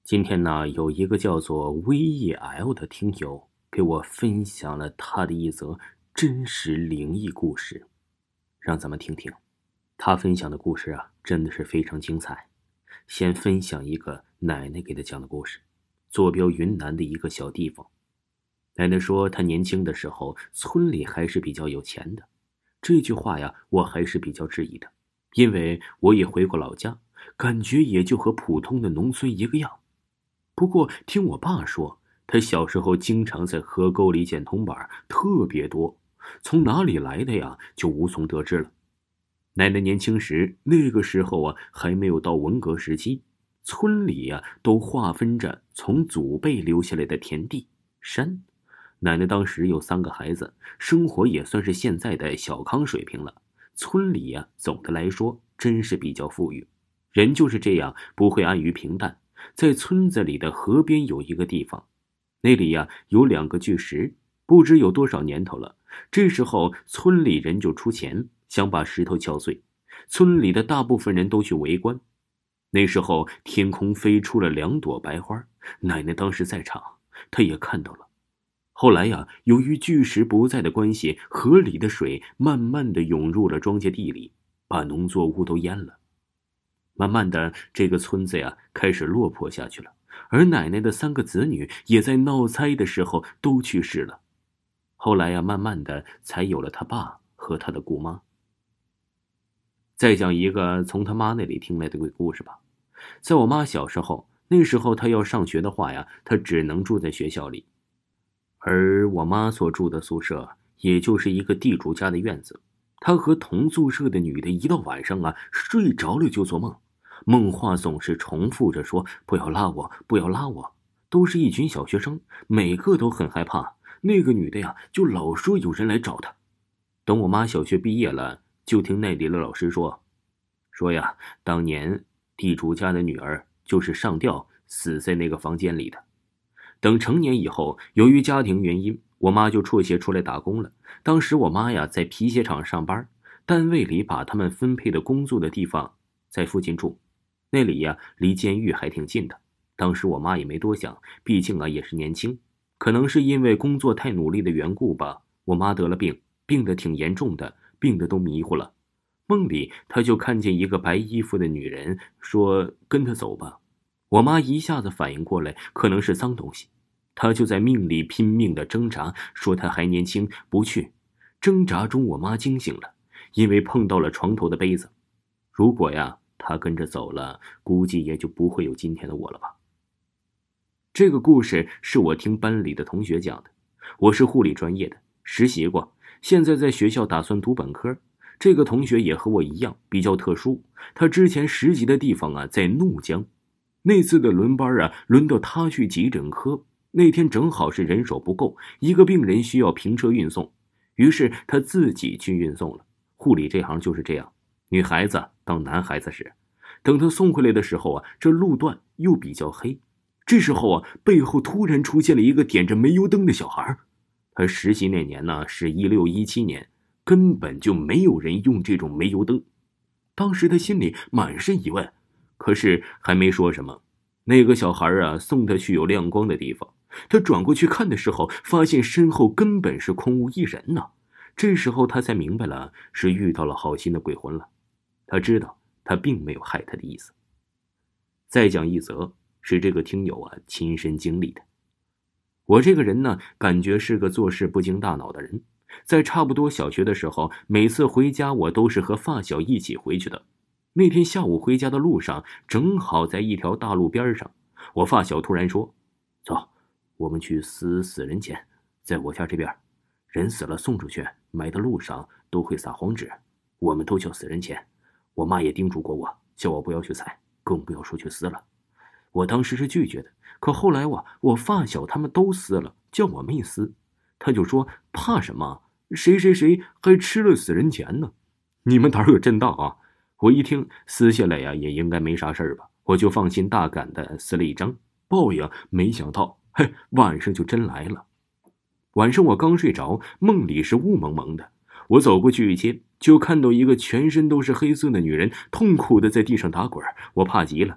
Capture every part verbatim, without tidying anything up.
今天呢，有一个叫做 V E L 的听友给我分享了他的一则真实灵异故事，让咱们听听。他分享的故事啊，真的是非常精彩。先分享一个奶奶给他讲的故事，坐标云南的一个小地方。奶奶说她年轻的时候村里还是比较有钱的，这句话呀我还是比较质疑的，因为我也回过老家，感觉也就和普通的农村一个样。不过听我爸说，他小时候经常在河沟里捡铜板，特别多，从哪里来的呀就无从得知了。奶奶年轻时，那个时候啊还没有到文革时期，村里呀都划分着从祖辈留下来的田地山。奶奶当时有三个孩子，生活也算是现在的小康水平了。村里呀总的来说真是比较富裕，人就是这样不会安于平淡。在村子里的河边有一个地方，那里呀有两个巨石，不知有多少年头了。这时候村里人就出钱想把石头敲碎，村里的大部分人都去围观。那时候天空飞出了两朵白花，奶奶当时在场，她也看到了。后来呀，由于巨石不在的关系，河里的水慢慢的涌入了庄稼地里，把农作物都淹了。慢慢的，这个村子呀开始落魄下去了，而奶奶的三个子女也在闹灾的时候都去世了。后来呀，慢慢的才有了他爸和他的姑妈。再讲一个从他妈那里听来的鬼故事吧。在我妈小时候，那时候她要上学的话呀，她只能住在学校里，而我妈所住的宿舍也就是一个地主家的院子。她和同宿舍的女的一到晚上啊，睡着了就做梦，梦话总是重复着说不要拉我，不要拉我，都是一群小学生，每个都很害怕。那个女的呀就老说有人来找她。等我妈小学毕业了，就听那里的老师说说呀，当年地主家的女儿就是上吊死在那个房间里的。等成年以后，由于家庭原因，我妈就辍学出来打工了。当时我妈呀在皮鞋厂上班，单位里把他们分配的工作的地方在附近住，那里呀离监狱还挺近的。当时我妈也没多想，毕竟啊也是年轻，可能是因为工作太努力的缘故吧，我妈得了病，病得挺严重的，病得都迷糊了。梦里她就看见一个白衣服的女人，说跟她走吧。我妈一下子反应过来，可能是脏东西，她就在命里拼命的挣扎，说她还年轻，不去。挣扎中我妈惊醒了，因为碰到了床头的杯子。如果呀她跟着走了，估计也就不会有今天的我了吧。这个故事是我听班里的同学讲的，我是护理专业的，实习过，现在在学校打算读本科。这个同学也和我一样比较特殊，他之前实习的地方啊在怒江。那次的轮班啊，轮到他去急诊科。那天正好是人手不够，一个病人需要平车运送，于是他自己去运送了。护理这行就是这样，女孩子当男孩子使。等他送回来的时候啊，这路段又比较黑。这时候啊，背后突然出现了一个点着煤油灯的小孩。他实习那年呢是一六一七年，根本就没有人用这种煤油灯。当时他心里满是疑问，可是还没说什么。那个小孩啊送他去有亮光的地方，他转过去看的时候，发现身后根本是空无一人呢。这时候他才明白了，是遇到了好心的鬼魂了。他知道他并没有害他的意思。再讲一则是这个听友啊亲身经历的。我这个人呢，感觉是个做事不经大脑的人。在差不多小学的时候，每次回家我都是和发小一起回去的。那天下午回家的路上，正好在一条大路边上，我发小突然说：“走，我们去撕死人钱，在我家这边，人死了送出去，埋的路上都会撒黄纸，我们都叫死人钱。我妈也叮嘱过我，叫我不要去踩，更不要说去撕了。”我当时是拒绝的，可后来我我发小他们都撕了，叫我没撕。他就说怕什么，谁谁谁还吃了死人钱呢？你们胆儿可真大啊！我一听撕下来呀也应该没啥事儿吧，我就放心大胆的撕了一张。报应没想到，嘿，晚上就真来了。晚上我刚睡着，梦里是雾蒙蒙的，我走过去一接，就看到一个全身都是黑色的女人痛苦的在地上打滚，我怕极了。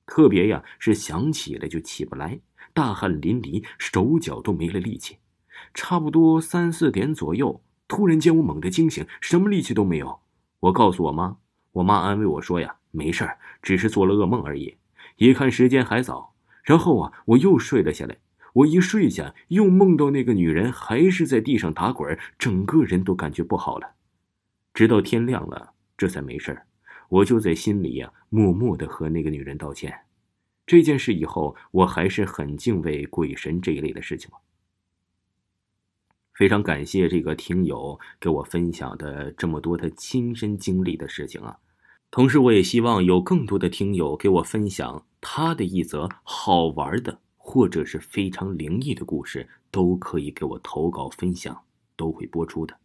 特别呀是想起来就起不来，大汗淋漓，手脚都没了力气。差不多三四点左右，突然间我猛地惊醒，什么力气都没有。我告诉我妈，我妈安慰我说呀，没事儿，只是做了噩梦而已。一看时间还早，然后啊我又睡了下来。我一睡下，又梦到那个女人还是在地上打滚，整个人都感觉不好了。直到天亮了，这才没事。我就在心里呀、啊，默默地和那个女人道歉。这件事以后，我还是很敬畏鬼神这一类的事情。非常感谢这个听友给我分享的这么多他亲身经历的事情啊。同时我也希望有更多的听友给我分享他的一则好玩的或者是非常灵异的故事，都可以给我投稿分享，都会播出的。